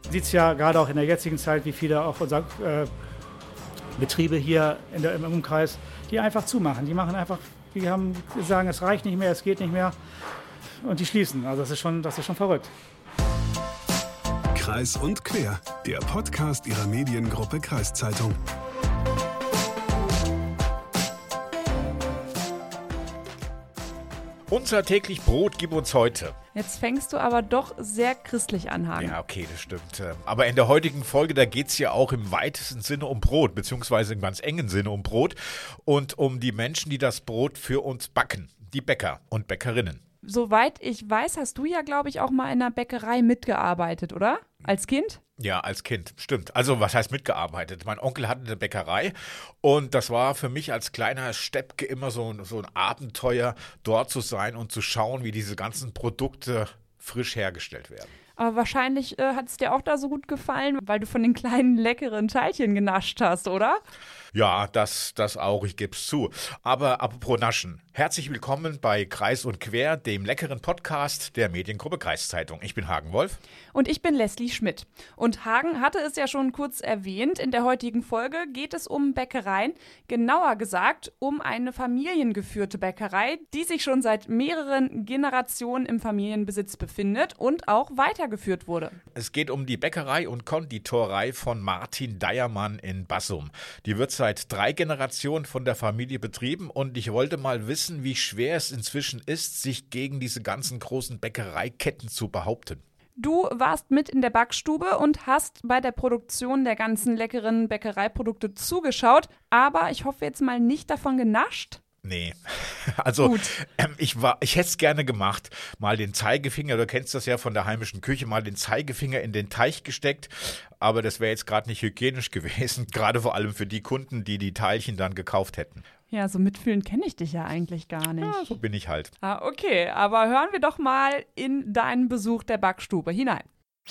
sieht es ja gerade auch in der jetzigen Zeit, wie viele auch unserer Betriebe hier im Umkreis, die einfach zumachen. Die sagen, es reicht nicht mehr, es geht nicht mehr und die schließen. Also das ist schon verrückt. Kreis und Quer, der Podcast Ihrer Mediengruppe Kreiszeitung. Unser täglich Brot gibt uns heute. Jetzt fängst du aber doch sehr christlich an, Hagen. Ja, okay, das stimmt. Aber in der heutigen Folge, da geht es ja auch im weitesten Sinne um Brot, beziehungsweise im ganz engen Sinne um Brot und um die Menschen, die das Brot für uns backen, die Bäcker und Bäckerinnen. Soweit ich weiß, hast du ja, glaube ich, auch mal in einer Bäckerei mitgearbeitet, oder? Als Kind? Ja, als Kind, stimmt. Also was heißt mitgearbeitet? Mein Onkel hatte eine Bäckerei und das war für mich als kleiner Steppke immer so ein Abenteuer, dort zu sein und zu schauen, wie diese ganzen Produkte frisch hergestellt werden. Aber wahrscheinlich hat es dir auch da so gut gefallen, weil du von den kleinen leckeren Teilchen genascht hast, oder? Ja, das auch, ich gebe es zu. Aber apropos Naschen, herzlich willkommen bei Kreis und Quer, dem leckeren Podcast der Mediengruppe Kreiszeitung. Ich bin Hagen Wolf. Und ich bin Leslie Schmidt. Und Hagen hatte es ja schon kurz erwähnt, in der heutigen Folge geht es um Bäckereien, genauer gesagt um eine familiengeführte Bäckerei, die sich schon seit mehreren Generationen im Familienbesitz befindet und auch weitergeführt wurde. Es geht um die Bäckerei und Konditorei von Martin Deiermann in Bassum. Die wird seit 3 Generationen von der Familie betrieben und ich wollte mal wissen, wie schwer es inzwischen ist, sich gegen diese ganzen großen Bäckereiketten zu behaupten. Du warst mit in der Backstube und hast bei der Produktion der ganzen leckeren Bäckereiprodukte zugeschaut, aber ich hoffe jetzt mal nicht davon genascht. Nee, also ich hätte es gerne gemacht, mal den Zeigefinger, du kennst das ja von der heimischen Küche, mal den Zeigefinger in den Teig gesteckt, aber das wäre jetzt gerade nicht hygienisch gewesen, gerade vor allem für die Kunden, die die Teilchen dann gekauft hätten. Ja, so mitfühlen kenne ich dich ja eigentlich gar nicht. Ja, so bin ich halt. Ah, okay, aber hören wir doch mal in deinen Besuch der Backstube hinein.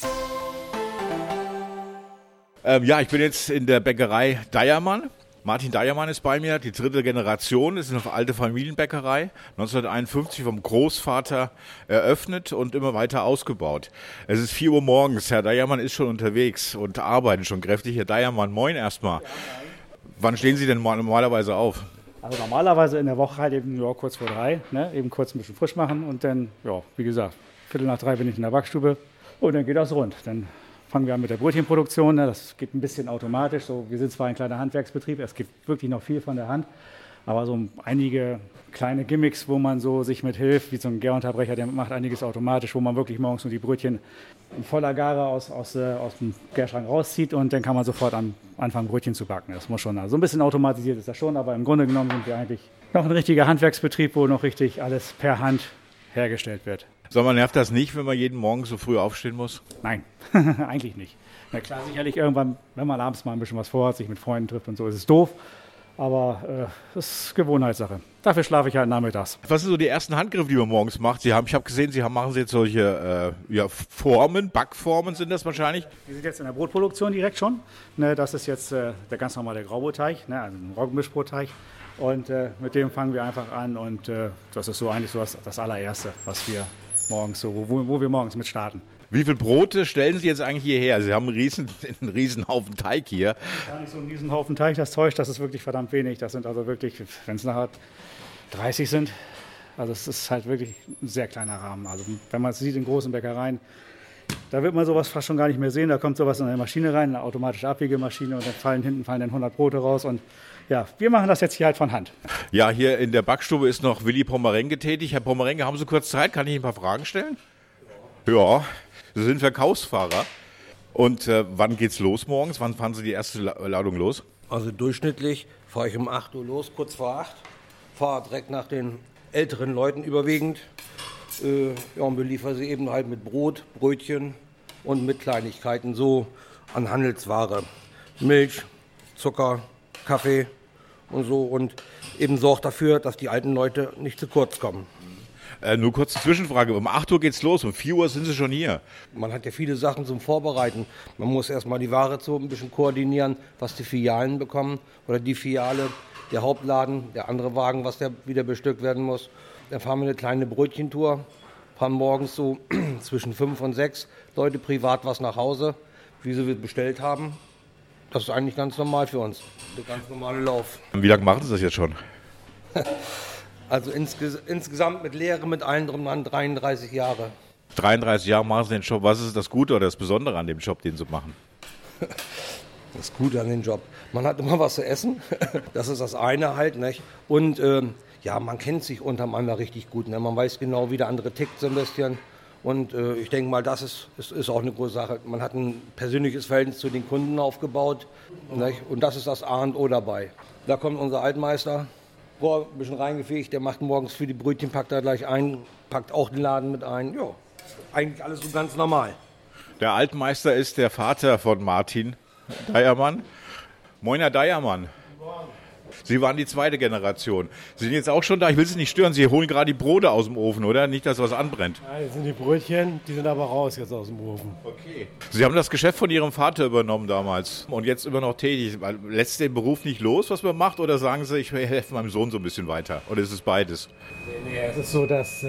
Ja, ich bin jetzt in der Bäckerei Deiermann. Martin Deiermann ist bei mir, die 3. Generation, das ist eine alte Familienbäckerei, 1951 vom Großvater eröffnet und immer weiter ausgebaut. Es ist 4 Uhr morgens, Herr Deiermann ist schon unterwegs und arbeitet schon kräftig. Herr Deiermann, moin erstmal. Wann stehen Sie denn normalerweise auf? Also normalerweise in der Woche halt eben kurz vor 3, ne? Eben kurz ein bisschen frisch machen und dann, wie gesagt, 2:45 bin ich in der Backstube und dann geht das rund. Dann fangen wir an mit der Brötchenproduktion, ne? Das geht ein bisschen automatisch. So, wir sind zwar ein kleiner Handwerksbetrieb, es gibt wirklich noch viel von der Hand, aber so einige kleine Gimmicks, wo man so sich mit hilft, wie so ein Gärunterbrecher, der macht einiges automatisch, wo man wirklich morgens nur die Brötchen in voller Gare aus dem Gärschrank rauszieht und dann kann man sofort anfangen, Brötchen zu backen. Das muss schon, also ein bisschen automatisiert ist das schon, aber im Grunde genommen sind wir eigentlich noch ein richtiger Handwerksbetrieb, wo noch richtig alles per Hand hergestellt wird. Sag mal, nervt das nicht, wenn man jeden Morgen so früh aufstehen muss? Nein, eigentlich nicht. Na klar, sicherlich irgendwann, wenn man abends mal ein bisschen was vorhat, sich mit Freunden trifft und so, ist es doof. Aber das ist Gewohnheitssache. Dafür schlafe ich halt nachmittags. Was sind so die ersten Handgriffe, die man morgens macht? Ich habe gesehen, machen Sie jetzt solche Formen, Backformen sind das wahrscheinlich? Wir sind jetzt in der Brotproduktion direkt schon. Ne, das ist jetzt der ganz normale Graubrotteig, ne, also ein Roggenmischbrotteig. Und mit dem fangen wir einfach an und das ist so eigentlich so das allererste, was wir morgens wo wir morgens mit starten. Wie viele Brote stellen Sie jetzt eigentlich hierher? Sie haben einen riesen Haufen Teig hier. Gar nicht so einen riesen Haufen Teig, das Zeug, das ist wirklich verdammt wenig. Das sind also wirklich, wenn es nachher 30 sind, also es ist halt wirklich ein sehr kleiner Rahmen. Also wenn man es sieht in großen Bäckereien, da wird man sowas fast schon gar nicht mehr sehen. Da kommt sowas in eine Maschine rein, eine automatische Abwiegemaschine und dann hinten fallen dann 100 Brote raus. Und ja, wir machen das jetzt hier halt von Hand. Ja, hier in der Backstube ist noch Willi Pommerenke tätig. Herr Pommerenke, haben Sie kurz Zeit? Kann ich Ihnen ein paar Fragen stellen? Ja, Sie sind Verkaufsfahrer. Und wann geht's los morgens? Wann fahren Sie die erste Ladung los? Also durchschnittlich fahre ich um 8 Uhr los, kurz vor 8. Fahre direkt nach den älteren Leuten überwiegend. Und beliefere sie eben halt mit Brot, Brötchen und mit Kleinigkeiten so an Handelsware. Milch, Zucker, Kaffee und so. Und eben sorgt dafür, dass die alten Leute nicht zu kurz kommen. Nur kurze Zwischenfrage. Um 8 Uhr geht's los, um 4 Uhr sind Sie schon hier. Man hat ja viele Sachen zum Vorbereiten. Man muss erstmal die Ware so ein bisschen koordinieren, was die Filialen bekommen. Oder die Filiale, der Hauptladen, der andere Wagen, was der wieder bestückt werden muss. Dann fahren wir eine kleine Brötchentour, fahren morgens so zwischen 5 und 6 Leute privat was nach Hause. wie sie bestellt haben. Das ist eigentlich ganz normal für uns, der ganz normale Lauf. Wie lange machen Sie das jetzt schon? Also insgesamt mit Lehre, mit allen drum an 33 Jahre. 33 Jahre machen Sie den Job. Was ist das Gute oder das Besondere an dem Job, den Sie machen? Das Gute an dem Job, man hat immer was zu essen, das ist das eine halt, nicht? Und ja, man kennt sich untereinander richtig gut, ne? Man weiß genau, wie der andere tickt so ein bisschen. Und ich denke mal, das ist auch eine große Sache. Man hat ein persönliches Verhältnis zu den Kunden aufgebaut, nicht? Und das ist das A und O dabei. Da kommt unser Altmeister, ein bisschen reingefegt, der macht morgens für die Brötchen, packt da gleich ein, packt auch den Laden mit ein. Ja, eigentlich alles so ganz normal. Der Altmeister ist der Vater von Martin Deiermann. Moin, Herr Deiermann. Sie waren die zweite Generation. Sie sind jetzt auch schon da. Ich will Sie nicht stören. Sie holen gerade die Brote aus dem Ofen, oder? Nicht, dass was anbrennt. Ja, das sind die Brötchen, die sind aber raus jetzt aus dem Ofen. Okay. Sie haben das Geschäft von Ihrem Vater übernommen damals und jetzt immer noch tätig. Lässt den Beruf nicht los, was man macht? Oder sagen Sie, ich helfe meinem Sohn so ein bisschen weiter? Oder ist es beides? Nee, es ist so, dass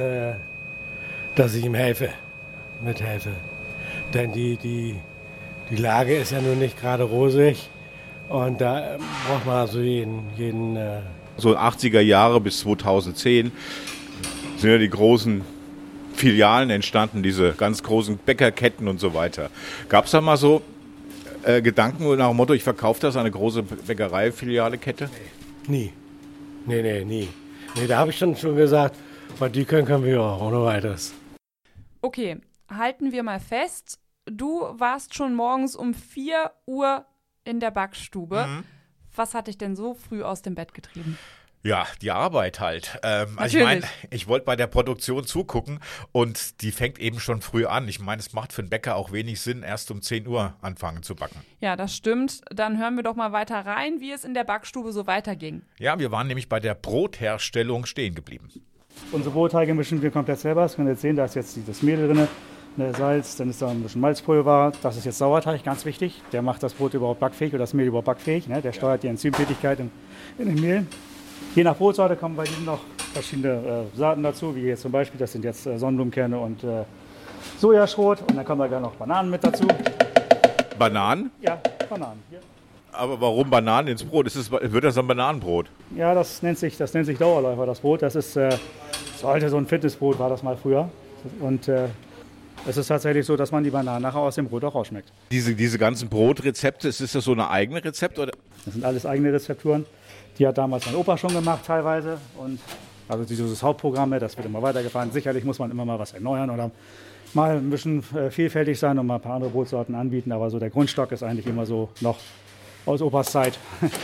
ich ihm mithelfe. Denn die Lage ist ja nun nicht gerade rosig. Und da braucht man also jeden So 80er Jahre bis 2010 sind ja die großen Filialen entstanden, diese ganz großen Bäckerketten und so weiter. Gab es da mal so Gedanken nach dem Motto, ich verkaufe das an eine große Bäckerei-Filiale-Kette? Nie. Nee, nie. Nee, da habe ich schon gesagt, was die können wir auch, ohne weiteres. Okay, halten wir mal fest, du warst schon morgens um 4 Uhr in der Backstube. Was hat dich denn so früh aus dem Bett getrieben? Ja, die Arbeit halt. Also ich wollte bei der Produktion zugucken und die fängt eben schon früh an. Ich meine, es macht für einen Bäcker auch wenig Sinn, erst um 10 Uhr anfangen zu backen. Ja, das stimmt. Dann hören wir doch mal weiter rein, wie es in der Backstube so weiterging. Ja, wir waren nämlich bei der Brotherstellung stehen geblieben. Unsere Brotteige mischen wir komplett selber. Das können wir jetzt sehen, da ist jetzt das Mehl drin. Salz, dann ist da ein bisschen Malzpulver. Das ist jetzt Sauerteig, ganz wichtig. Der macht das Brot überhaupt backfähig oder das Mehl überhaupt backfähig. Ne? Der steuert die Enzymtätigkeit in dem Mehl. Je nach Brotsorte kommen bei diesem noch verschiedene Saaten dazu, wie hier zum Beispiel, das sind jetzt Sonnenblumenkerne und Sojaschrot. Und dann kommen da gerne noch Bananen mit dazu. Bananen? Ja, Bananen. Hier. Aber warum Bananen ins Brot? Wird das ein Bananenbrot? Ja, das nennt sich Dauerläufer, das Brot. Das ist sollte so ein Fitnessbrot, war das mal früher. Und es ist tatsächlich so, dass man die Bananen nachher aus dem Brot auch rausschmeckt. Diese ganzen Brotrezepte, ist das so eine eigene Rezept? Oder? Das sind alles eigene Rezepturen. Die hat damals mein Opa schon gemacht teilweise. Und also dieses Hauptprogramm, das wird immer weitergefahren. Sicherlich muss man immer mal was erneuern oder mal ein bisschen vielfältig sein und mal ein paar andere Brotsorten anbieten. Aber so der Grundstock ist eigentlich immer so noch aus Opas Zeit.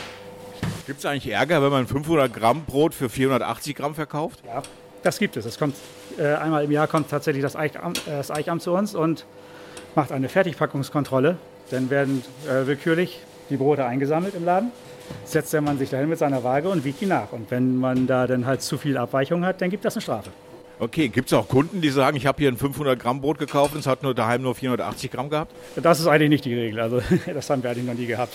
Gibt es eigentlich Ärger, wenn man 500 Gramm Brot für 480 Gramm verkauft? Ja, das gibt es. Es kommt einmal im Jahr kommt tatsächlich das Eichamt zu uns und macht eine Fertigpackungskontrolle. Dann werden willkürlich die Brote eingesammelt im Laden. Setzt der Mann sich dahin mit seiner Waage und wiegt die nach. Und wenn man da dann halt zu viel Abweichung hat, dann gibt das eine Strafe. Okay, gibt es auch Kunden, die sagen, ich habe hier ein 500 Gramm Brot gekauft und es hat nur daheim nur 480 Gramm gehabt? Das ist eigentlich nicht die Regel. Also das haben wir eigentlich noch nie gehabt.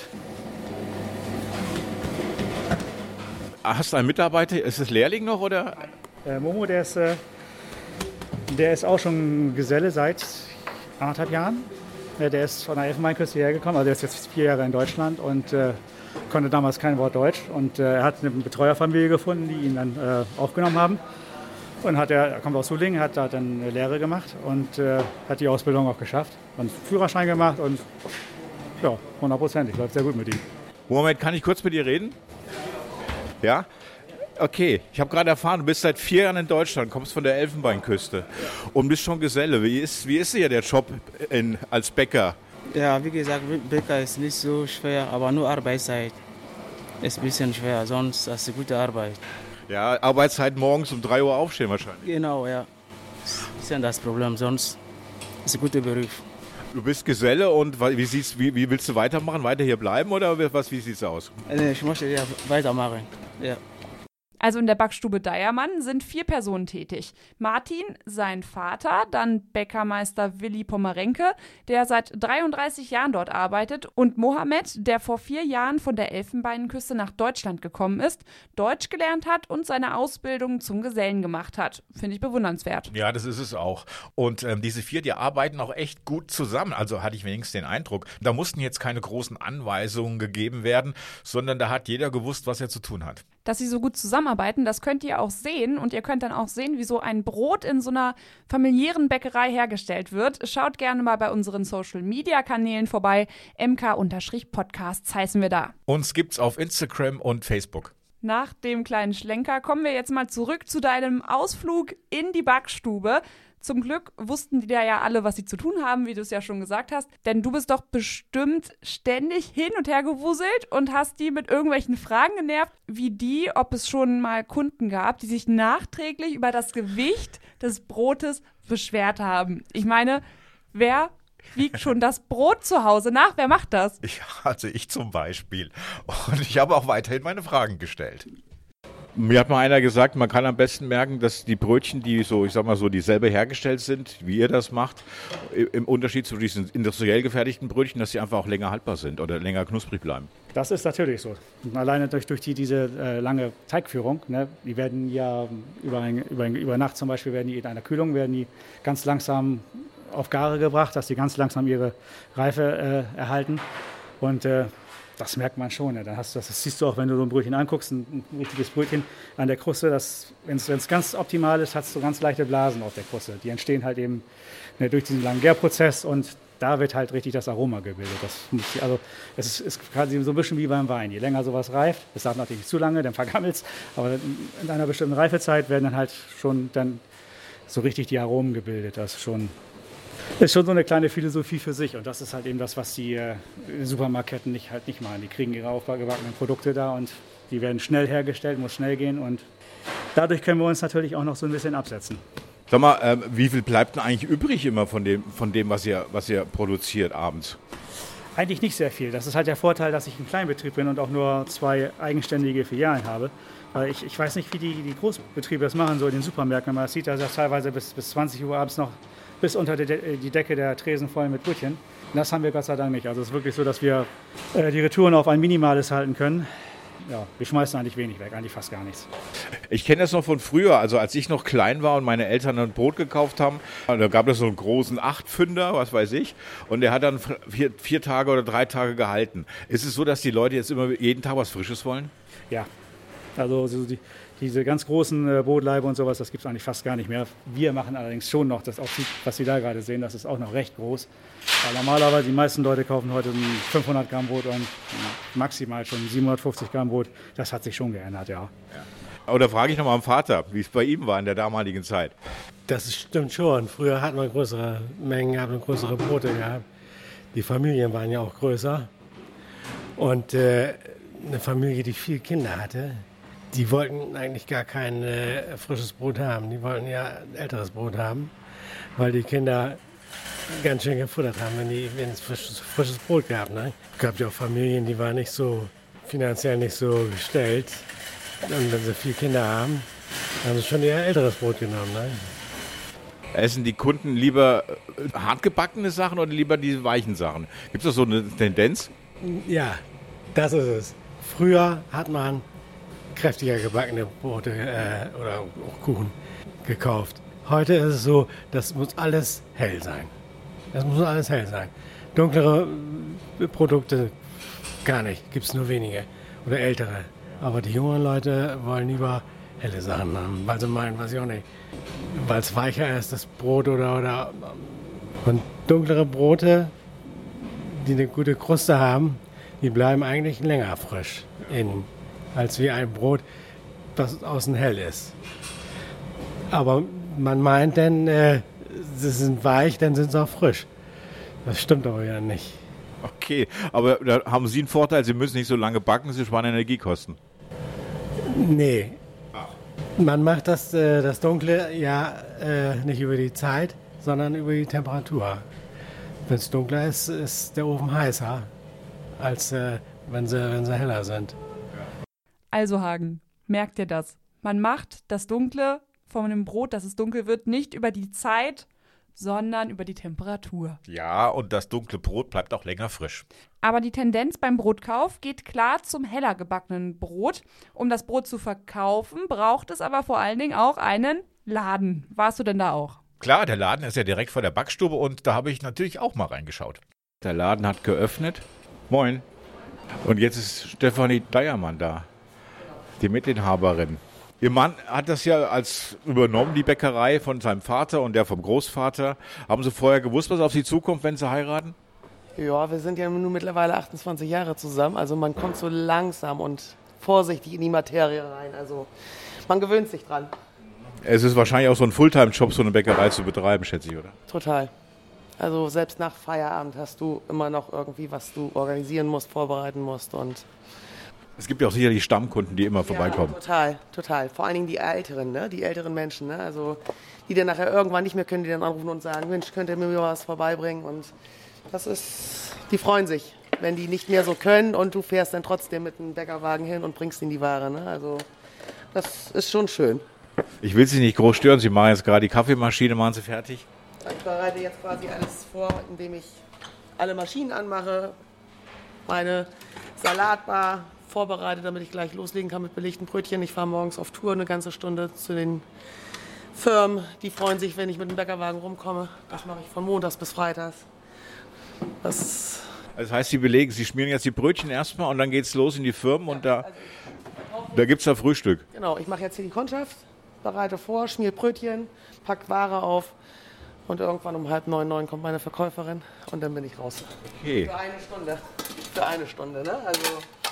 Hast du einen Mitarbeiter? Ist es Lehrling noch oder? Momo, der ist auch schon Geselle seit 1,5 Jahren. Der ist von der Elfenbeinküste hierher gekommen, also der ist jetzt 4 Jahre in Deutschland und konnte damals kein Wort Deutsch. Und er hat eine Betreuerfamilie gefunden, die ihn dann aufgenommen haben. Und er kommt aus Sulingen, hat da dann eine Lehre gemacht und hat die Ausbildung auch geschafft. Und Führerschein gemacht und ja, 100%. Läuft sehr gut mit ihm. Mohamed, kann ich kurz mit dir reden? Ja? Okay, ich habe gerade erfahren, du bist seit 4 Jahren in Deutschland, kommst von der Elfenbeinküste und bist schon Geselle. Wie ist hier der Job als Bäcker? Ja, wie gesagt, Bäcker ist nicht so schwer, aber nur Arbeitszeit ist ein bisschen schwer, sonst ist es gute Arbeit. Ja, Arbeitszeit morgens um 3 Uhr aufstehen wahrscheinlich. Genau, ja. Das ist ein bisschen das Problem, sonst ist es ein guter Beruf. Du bist Geselle und wie willst du weitermachen? Weiter hier bleiben oder wie sieht es aus? Ich möchte ja weitermachen, ja. Also in der Backstube Deiermann sind 4 Personen tätig. Martin, sein Vater, dann Bäckermeister Willi Pomerenke, der seit 33 Jahren dort arbeitet, und Mohammed, der vor 4 Jahren von der Elfenbeinküste nach Deutschland gekommen ist, Deutsch gelernt hat und seine Ausbildung zum Gesellen gemacht hat. Finde ich bewundernswert. Ja, das ist es auch. Und diese 4, die arbeiten auch echt gut zusammen. Also hatte ich wenigstens den Eindruck, da mussten jetzt keine großen Anweisungen gegeben werden, sondern da hat jeder gewusst, was er zu tun hat. Dass sie so gut zusammenarbeiten, das könnt ihr auch sehen. Und ihr könnt dann auch sehen, wie so ein Brot in so einer familiären Bäckerei hergestellt wird. Schaut gerne mal bei unseren Social-Media-Kanälen vorbei. mk-podcasts heißen wir da. Uns gibt's auf Instagram und Facebook. Nach dem kleinen Schlenker kommen wir jetzt mal zurück zu deinem Ausflug in die Backstube. Zum Glück wussten die da ja alle, was sie zu tun haben, wie du es ja schon gesagt hast. Denn du bist doch bestimmt ständig hin und her gewuselt und hast die mit irgendwelchen Fragen genervt, wie die, ob es schon mal Kunden gab, die sich nachträglich über das Gewicht des Brotes beschwert haben. Ich meine, wer wiegt schon das Brot zu Hause nach? Wer macht das? Also ich zum Beispiel. Und ich habe auch weiterhin meine Fragen gestellt. Mir hat mal einer gesagt, man kann am besten merken, dass die Brötchen, die so, ich sag mal so, die selber hergestellt sind, wie ihr das macht, im Unterschied zu diesen industriell gefertigten Brötchen, dass sie einfach auch länger haltbar sind oder länger knusprig bleiben. Das ist natürlich so. Und alleine durch diese lange Teigführung, ne, die werden ja über Nacht zum Beispiel, werden die in einer Kühlung, werden die ganz langsam auf Gare gebracht, dass die ganz langsam ihre Reife erhalten. Und das merkt man schon. Ja. Das siehst du auch, wenn du so ein Brötchen anguckst, ein richtiges Brötchen an der Kruste. Wenn es ganz optimal ist, hast du ganz leichte Blasen auf der Kruste. Die entstehen halt eben durch diesen langen Gärprozess und da wird halt richtig das Aroma gebildet. Es ist quasi so ein bisschen wie beim Wein. Je länger sowas reift, das darf natürlich nicht zu lange, dann vergammelt es, aber in einer bestimmten Reifezeit werden dann halt schon dann so richtig die Aromen gebildet. Das ist schon so eine kleine Philosophie für sich und das ist halt eben das, was die Supermarktketten nicht machen. Die kriegen ihre aufgebackenen Produkte da und die werden schnell hergestellt, muss schnell gehen und dadurch können wir uns natürlich auch noch so ein bisschen absetzen. Sag mal, wie viel bleibt denn eigentlich übrig immer von dem, was ihr produziert abends? Eigentlich nicht sehr viel. Das ist halt der Vorteil, dass ich ein Kleinbetrieb bin und auch nur 2 eigenständige Filialen habe. Weil ich weiß nicht, wie die Großbetriebe das machen, so in den Supermärkten. Man sieht das ja teilweise bis 20 Uhr abends noch bis unter die Decke der Tresen voll mit Brötchen. Und das haben wir Gott sei Dank nicht. Also es ist wirklich so, dass wir die Retouren auf ein Minimales halten können. Ja, wir schmeißen eigentlich wenig weg, eigentlich fast gar nichts. Ich kenne das noch von früher, also als ich noch klein war und meine Eltern ein Brot gekauft haben, da gab es so einen großen 8-Pfünder, was weiß ich, und der hat dann 4 Tage oder 3 Tage gehalten. Ist es so, dass die Leute jetzt immer jeden Tag was Frisches wollen? Ja, also diese ganz großen Brotleibe und sowas, das gibt es eigentlich fast gar nicht mehr. Wir machen allerdings schon noch, das auch, was Sie da gerade sehen, das ist auch noch recht groß. Weil normalerweise die meisten Leute kaufen heute ein 500 Gramm Brot und maximal schon 750 Gramm Brot. Das hat sich schon geändert, ja. Oder frage ich nochmal am Vater, wie es bei ihm war in der damaligen Zeit. Das stimmt schon. Früher hat man größere Mengen gehabt und größere Brote gehabt. Die Familien waren ja auch größer. Und eine Familie, die 4 Kinder hatte, die wollten eigentlich gar kein frisches Brot haben. Die wollten ja älteres Brot haben, weil die Kinder ganz schön gefuttert haben, wenn es frisches Brot gab. Ne? Es gab ja auch Familien, die waren nicht so finanziell nicht so gestellt. Und wenn sie 4 Kinder haben, haben sie schon eher älteres Brot genommen. Ne? Essen die Kunden lieber hartgebackene Sachen oder lieber die weichen Sachen? Gibt es da so eine Tendenz? Ja, das ist es. Früher hat man kräftiger gebackene Brote oder Kuchen gekauft. Heute ist es so, das muss alles hell sein. Das muss alles hell sein. Dunklere Produkte gar nicht, gibt es nur wenige oder ältere. Aber die jungen Leute wollen lieber helle Sachen haben, weil sie meinen, weiß ich auch nicht, weil es weicher ist, das Brot oder und dunklere Brote, die eine gute Kruste haben, die bleiben eigentlich länger frisch innen, als wie ein Brot, das außen hell ist. Aber man meint dann, sie sind weich, dann sind sie auch frisch. Das stimmt aber ja nicht. Okay, aber da haben Sie einen Vorteil, Sie müssen nicht so lange backen, Sie sparen Energiekosten. Nee. Man macht das Dunkle ja nicht über die Zeit, sondern über die Temperatur. Wenn es dunkler ist, ist der Ofen heißer, als wenn sie heller sind. Also Hagen, merkt ihr das? man macht das Dunkle von einem Brot, dass es dunkel wird, nicht über die Zeit, sondern über die Temperatur. Ja, und das dunkle Brot bleibt auch länger frisch. Aber die Tendenz beim Brotkauf geht klar zum heller gebackenen Brot. Um das Brot zu verkaufen, braucht es aber vor allen Dingen auch einen Laden. Warst du denn da auch? Klar, der Laden ist ja direkt vor der Backstube und da habe ich natürlich auch mal reingeschaut. Der Laden hat geöffnet. Moin. Und jetzt ist Stefanie Deiermann da, die Mitinhaberin. Ihr Mann hat das ja als übernommen, die Bäckerei von seinem Vater und der vom Großvater. Haben Sie vorher gewusst, was auf Sie zukommt, wenn Sie heiraten? Ja, wir sind ja nun mittlerweile 28 Jahre zusammen. Also man kommt so langsam und vorsichtig in die Materie rein. Also man gewöhnt sich dran. Es ist wahrscheinlich auch so ein Fulltime-Job, so eine Bäckerei zu betreiben, schätze ich, oder? Total. Also selbst nach Feierabend hast du immer noch irgendwie, was du organisieren musst, vorbereiten musst. Und Es gibt ja auch sicherlich Stammkunden, die immer vorbeikommen. Ja, total. Vor allen Dingen die Älteren, ne? Die älteren Menschen, ne? Also die dann nachher irgendwann nicht mehr können, die dann anrufen und sagen, Mensch, könnt ihr mir was vorbeibringen? Und das ist, die freuen sich, wenn die nicht mehr so können und du fährst dann trotzdem mit einem Bäckerwagen hin und bringst ihnen die Ware, ne? Also das ist schon schön. Ich will Sie nicht groß stören, Sie machen jetzt gerade die Kaffeemaschine, machen Sie fertig? Ich bereite jetzt quasi alles vor, indem ich alle Maschinen anmache, meine Salatbar vorbereite, damit ich gleich loslegen kann mit belegten Brötchen. Ich fahre morgens auf Tour eine ganze Stunde zu den Firmen. Die freuen sich, wenn ich mit dem Bäckerwagen rumkomme. Das mache ich von montags bis freitags. Das heißt, Sie schmieren jetzt die Brötchen erstmal und dann geht's los in die Firmen und da gibt's da Frühstück. Genau, ich mache jetzt hier die Kundschaft, bereite vor, schmier Brötchen, pack Ware auf und irgendwann um 8:30 kommt meine Verkäuferin und dann bin ich raus. Okay. Für eine Stunde, ne? Also,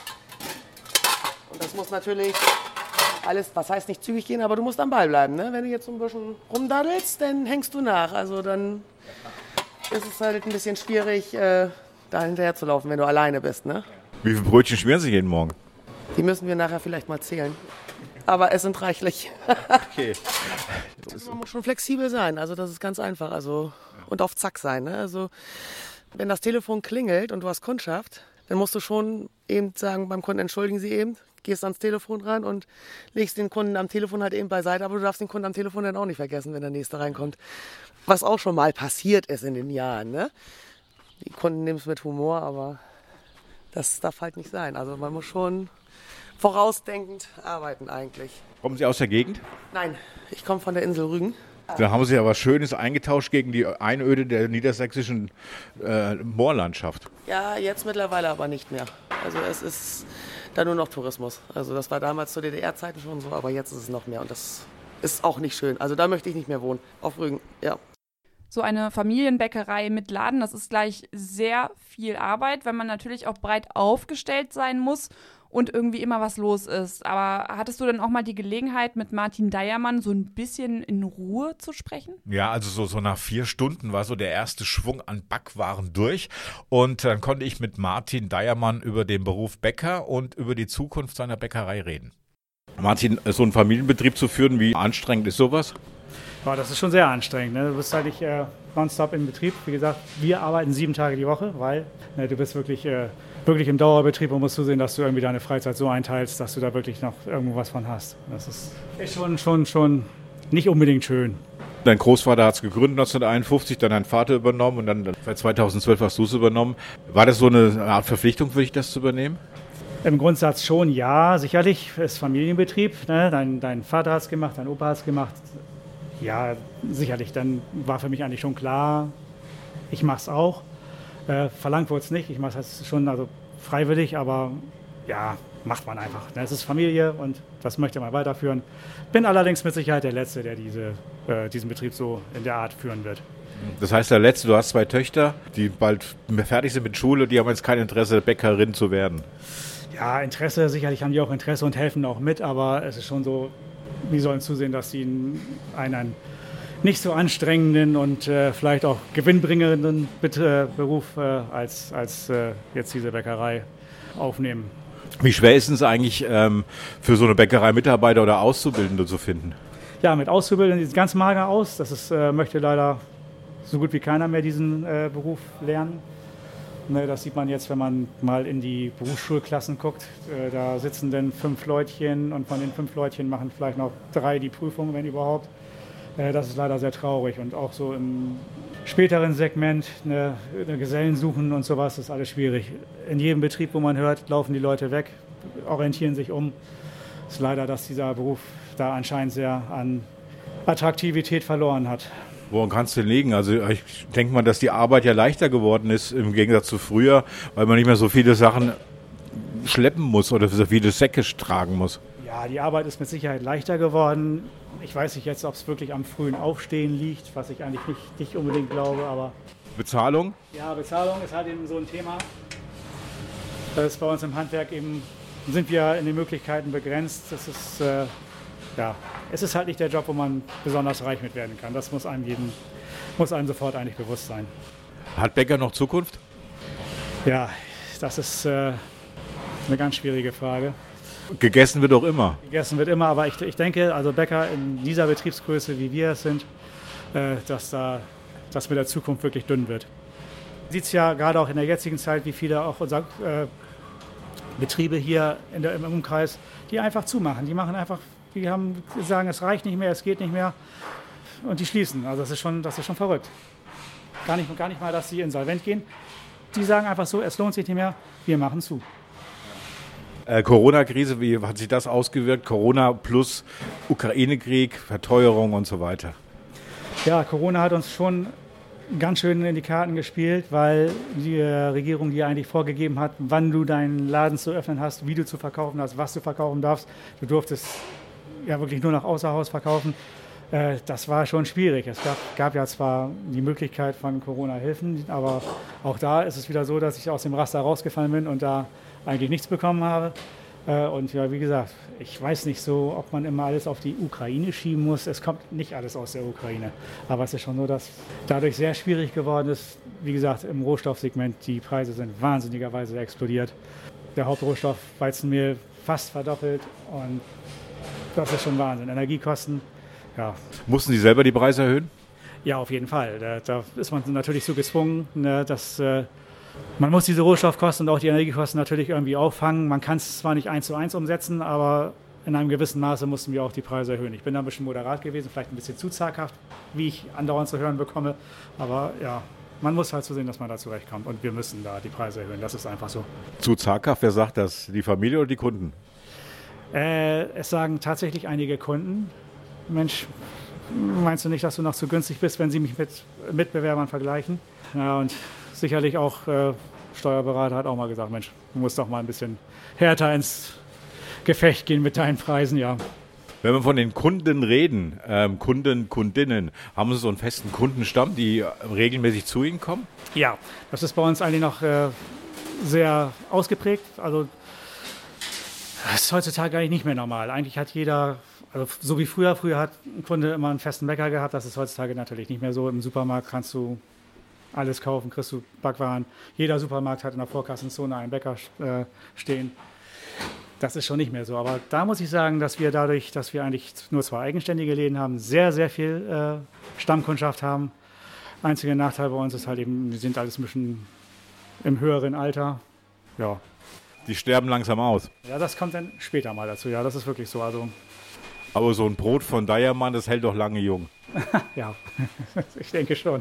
und das muss natürlich alles, was heißt nicht zügig gehen, aber du musst am Ball bleiben, ne? Wenn du jetzt so ein bisschen rumdaddelst, dann hängst du nach. Also dann ist es halt ein bisschen schwierig, da hinterher zu laufen, wenn du alleine bist, ne? Wie viele Brötchen schmieren Sie jeden Morgen? Die müssen wir nachher vielleicht mal zählen. Aber es sind reichlich. Okay. Man muss schon flexibel sein, also das ist ganz einfach. Also, und auf Zack sein, ne? Also wenn das Telefon klingelt und du hast Kundschaft, dann musst du schon eben sagen beim Kunden, entschuldigen Sie eben, gehst ans Telefon ran und legst den Kunden am Telefon halt eben beiseite, aber du darfst den Kunden am Telefon dann auch nicht vergessen, wenn der Nächste reinkommt. Was auch schon mal passiert ist in den Jahren, ne? Die Kunden nehmen es mit Humor, aber das darf halt nicht sein. Also man muss schon vorausdenkend arbeiten eigentlich. Kommen Sie aus der Gegend? Nein, ich komme von der Insel Rügen. Da haben Sie ja was Schönes eingetauscht gegen die Einöde der niedersächsischen Moorlandschaft. Ja, jetzt mittlerweile aber nicht mehr. Also es ist da nur noch Tourismus. Also das war damals zu DDR-Zeiten schon so, aber jetzt ist es noch mehr und das ist auch nicht schön. Also da möchte ich nicht mehr wohnen, auf Rügen, ja. So eine Familienbäckerei mit Laden, das ist gleich sehr viel Arbeit, weil man natürlich auch breit aufgestellt sein muss und irgendwie immer was los ist. Aber hattest du denn auch mal die Gelegenheit, mit Martin Deiermann so ein bisschen in Ruhe zu sprechen? Ja, also so nach 4 Stunden war so der erste Schwung an Backwaren durch. Und dann konnte ich mit Martin Deiermann über den Beruf Bäcker und über die Zukunft seiner Bäckerei reden. Martin, so einen Familienbetrieb zu führen, wie anstrengend ist sowas? Ja, das ist schon sehr anstrengend. Ne? Du bist halt nicht nonstop im Betrieb. Wie gesagt, wir arbeiten 7 Tage die Woche, weil du bist wirklich im Dauerbetrieb und musst zusehen, dass du irgendwie deine Freizeit so einteilst, dass du da wirklich noch irgendwo was von hast. Das ist schon nicht unbedingt schön. Dein Großvater hat es gegründet 1951, dann dein Vater übernommen und dann seit 2012 hast du es übernommen. War das so eine Art Verpflichtung für dich, das zu übernehmen? Im Grundsatz schon, ja, sicherlich. Es ist Familienbetrieb. Ne? Dein Vater hat es gemacht, dein Opa hat es gemacht. Ja, sicherlich. Dann war für mich eigentlich schon klar, ich mache es auch. Verlangt wurde es nicht. Ich mache es schon freiwillig, aber ja, macht man einfach. Es ist Familie und das möchte man weiterführen. Bin allerdings mit Sicherheit der Letzte, der diesen Betrieb so in der Art führen wird. Das heißt, der Letzte, du hast 2 Töchter, die bald fertig sind mit Schule, die haben jetzt kein Interesse, Bäckerin zu werden. Ja, Interesse, sicherlich haben die auch Interesse und helfen auch mit, aber es ist schon so, wir sollen zusehen, dass sie einen nicht so anstrengenden und vielleicht auch gewinnbringenden Beruf als jetzt diese Bäckerei aufnehmen. Wie schwer ist es eigentlich für so eine Bäckerei Mitarbeiter oder Auszubildende zu finden? Ja, mit Auszubildenden sieht es ganz mager aus. Das möchte leider so gut wie keiner mehr diesen Beruf lernen. Ne, das sieht man jetzt, wenn man mal in die Berufsschulklassen guckt. Da sitzen dann 5 Leutchen und von den 5 Leutchen machen vielleicht noch 3 die Prüfung, wenn überhaupt. Das ist leider sehr traurig. Und auch so im späteren Segment, eine Gesellen suchen und sowas, ist alles schwierig. In jedem Betrieb, wo man hört, laufen die Leute weg, orientieren sich um. Es ist leider, dass dieser Beruf da anscheinend sehr an Attraktivität verloren hat. Woran kann es denn liegen? Also ich denke mal, dass die Arbeit ja leichter geworden ist im Gegensatz zu früher, weil man nicht mehr so viele Sachen schleppen muss oder so viele Säcke tragen muss. Ja, die Arbeit ist mit Sicherheit leichter geworden. Ich weiß nicht jetzt, ob es wirklich am frühen Aufstehen liegt, was ich eigentlich nicht unbedingt glaube, aber... Bezahlung? Ja, Bezahlung ist halt eben so ein Thema. Das ist bei uns im Handwerk eben, sind wir in den Möglichkeiten begrenzt. Das ist... es ist halt nicht der Job, wo man besonders reich mit werden kann. Das muss einem sofort eigentlich bewusst sein. Hat Bäcker noch Zukunft? Ja, das ist eine ganz schwierige Frage. Gegessen wird auch immer. Gegessen wird immer, aber ich denke, also Bäcker in dieser Betriebsgröße, wie wir es sind, dass das mit der Zukunft wirklich dünn wird. Man sieht es ja gerade auch in der jetzigen Zeit, wie viele auch unserer Betriebe hier im Umkreis, die einfach zumachen. Die sagen, es reicht nicht mehr, es geht nicht mehr und die schließen. Also das ist schon verrückt. Gar nicht mal, dass sie insolvent gehen. Die sagen einfach so, es lohnt sich nicht mehr, wir machen zu. Corona-Krise, wie hat sich das ausgewirkt? Corona plus Ukraine-Krieg, Verteuerung und so weiter. Ja, Corona hat uns schon ganz schön in die Karten gespielt, weil die Regierung dir eigentlich vorgegeben hat, wann du deinen Laden zu öffnen hast, wie du zu verkaufen hast, was du verkaufen darfst. Du durftest ja wirklich nur noch außer Haus verkaufen. Das war schon schwierig. Es gab ja zwar die Möglichkeit von Corona-Hilfen, aber auch da ist es wieder so, dass ich aus dem Raster rausgefallen bin und da eigentlich nichts bekommen habe. Und ja, wie gesagt, ich weiß nicht so, ob man immer alles auf die Ukraine schieben muss. Es kommt nicht alles aus der Ukraine. Aber es ist schon so, dass dadurch sehr schwierig geworden ist. Wie gesagt, im Rohstoffsegment, die Preise sind wahnsinnigerweise explodiert. Der Hauptrohstoff Weizenmehl fast verdoppelt und das ist schon Wahnsinn. Energiekosten, ja. Mussten Sie selber die Preise erhöhen? Ja, auf jeden Fall. Da ist man natürlich so gezwungen, dass man muss diese Rohstoffkosten und auch die Energiekosten natürlich irgendwie auffangen. Man kann es zwar nicht 1:1 umsetzen, aber in einem gewissen Maße mussten wir auch die Preise erhöhen. Ich bin da ein bisschen moderat gewesen, vielleicht ein bisschen zu zaghaft, wie ich andauernd zu hören bekomme. Aber ja, man muss halt so sehen, dass man da zurechtkommt. Und wir müssen da die Preise erhöhen. Das ist einfach so. Zu zaghaft, wer sagt das? Die Familie oder die Kunden? Es sagen tatsächlich einige Kunden, Mensch, meinst du nicht, dass du noch zu günstig bist, wenn sie mich mit Mitbewerbern vergleichen? Ja, und sicherlich auch Steuerberater hat auch mal gesagt, Mensch, du musst doch mal ein bisschen härter ins Gefecht gehen mit deinen Preisen, ja. Wenn wir von den Kunden reden, Kunden, Kundinnen, haben Sie so einen festen Kundenstamm, die regelmäßig zu Ihnen kommen? Ja, das ist bei uns eigentlich noch sehr ausgeprägt. Also das ist heutzutage eigentlich nicht mehr normal. Eigentlich hat jeder, also so wie früher hat ein Kunde immer einen festen Bäcker gehabt. Das ist heutzutage natürlich nicht mehr so. Im Supermarkt kannst du alles kaufen, kriegst du Backwaren. Jeder Supermarkt hat in der Vorkassenzone einen Bäcker stehen. Das ist schon nicht mehr so. Aber da muss ich sagen, dass wir dadurch, dass wir eigentlich nur 2 eigenständige Läden haben, sehr, sehr viel Stammkundschaft haben. Einziger Nachteil bei uns ist halt eben, wir sind alles ein bisschen im höheren Alter. Ja. Die sterben langsam aus. Ja, das kommt dann später mal dazu. Ja, das ist wirklich so. Also aber so ein Brot von Diamant, das hält doch lange jung. Ja, ich denke schon.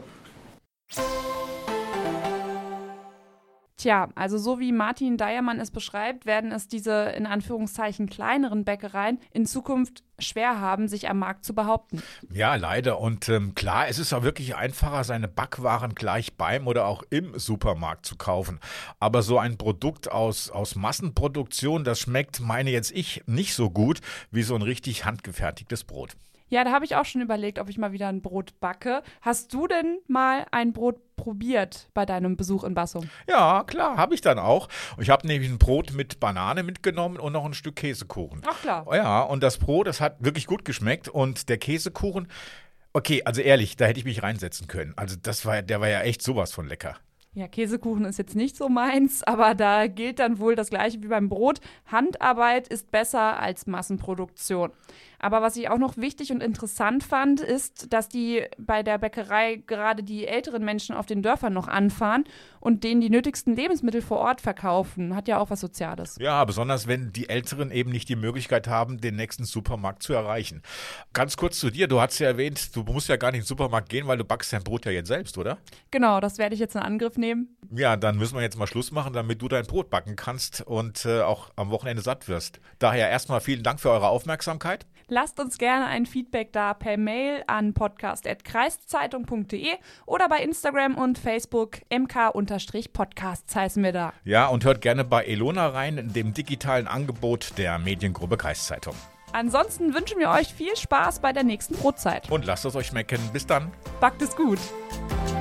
Tja, also so wie Martin Diamant es beschreibt, werden es diese in Anführungszeichen kleineren Bäckereien in Zukunft schwer haben, sich am Markt zu behaupten. Ja, leider. Und klar, es ist auch wirklich einfacher, seine Backwaren gleich beim oder auch im Supermarkt zu kaufen. Aber so ein Produkt aus Massenproduktion, das schmeckt, meine jetzt ich, nicht so gut wie so ein richtig handgefertigtes Brot. Ja, da habe ich auch schon überlegt, ob ich mal wieder ein Brot backe. Hast du denn mal ein Brot probiert bei deinem Besuch in Bassum? Ja, klar, habe ich dann auch. Ich habe nämlich ein Brot mit Banane mitgenommen und noch ein Stück Käsekuchen. Ach klar. Ja, und das Brot, das hat wirklich gut geschmeckt. Und der Käsekuchen, okay, also ehrlich, da hätte ich mich reinsetzen können. Also der war ja echt sowas von lecker. Ja, Käsekuchen ist jetzt nicht so meins, aber da gilt dann wohl das Gleiche wie beim Brot. Handarbeit ist besser als Massenproduktion. Aber was ich auch noch wichtig und interessant fand, ist, dass die bei der Bäckerei gerade die älteren Menschen auf den Dörfern noch anfahren und denen die nötigsten Lebensmittel vor Ort verkaufen. Hat ja auch was Soziales. Ja, besonders wenn die Älteren eben nicht die Möglichkeit haben, den nächsten Supermarkt zu erreichen. Ganz kurz zu dir, du hast ja erwähnt, du musst ja gar nicht in den Supermarkt gehen, weil du backst dein Brot ja jetzt selbst, oder? Genau, das werde ich jetzt in Angriff nehmen. Ja, dann müssen wir jetzt mal Schluss machen, damit du dein Brot backen kannst und auch am Wochenende satt wirst. Daher erstmal vielen Dank für eure Aufmerksamkeit. Lasst uns gerne ein Feedback da per Mail an podcast@kreiszeitung.de oder bei Instagram und Facebook mk-podcasts heißen wir da. Ja, und hört gerne bei Elona rein, dem digitalen Angebot der Mediengruppe Kreiszeitung. Ansonsten wünschen wir euch viel Spaß bei der nächsten Brotzeit. Und lasst es euch schmecken. Bis dann. Backt es gut.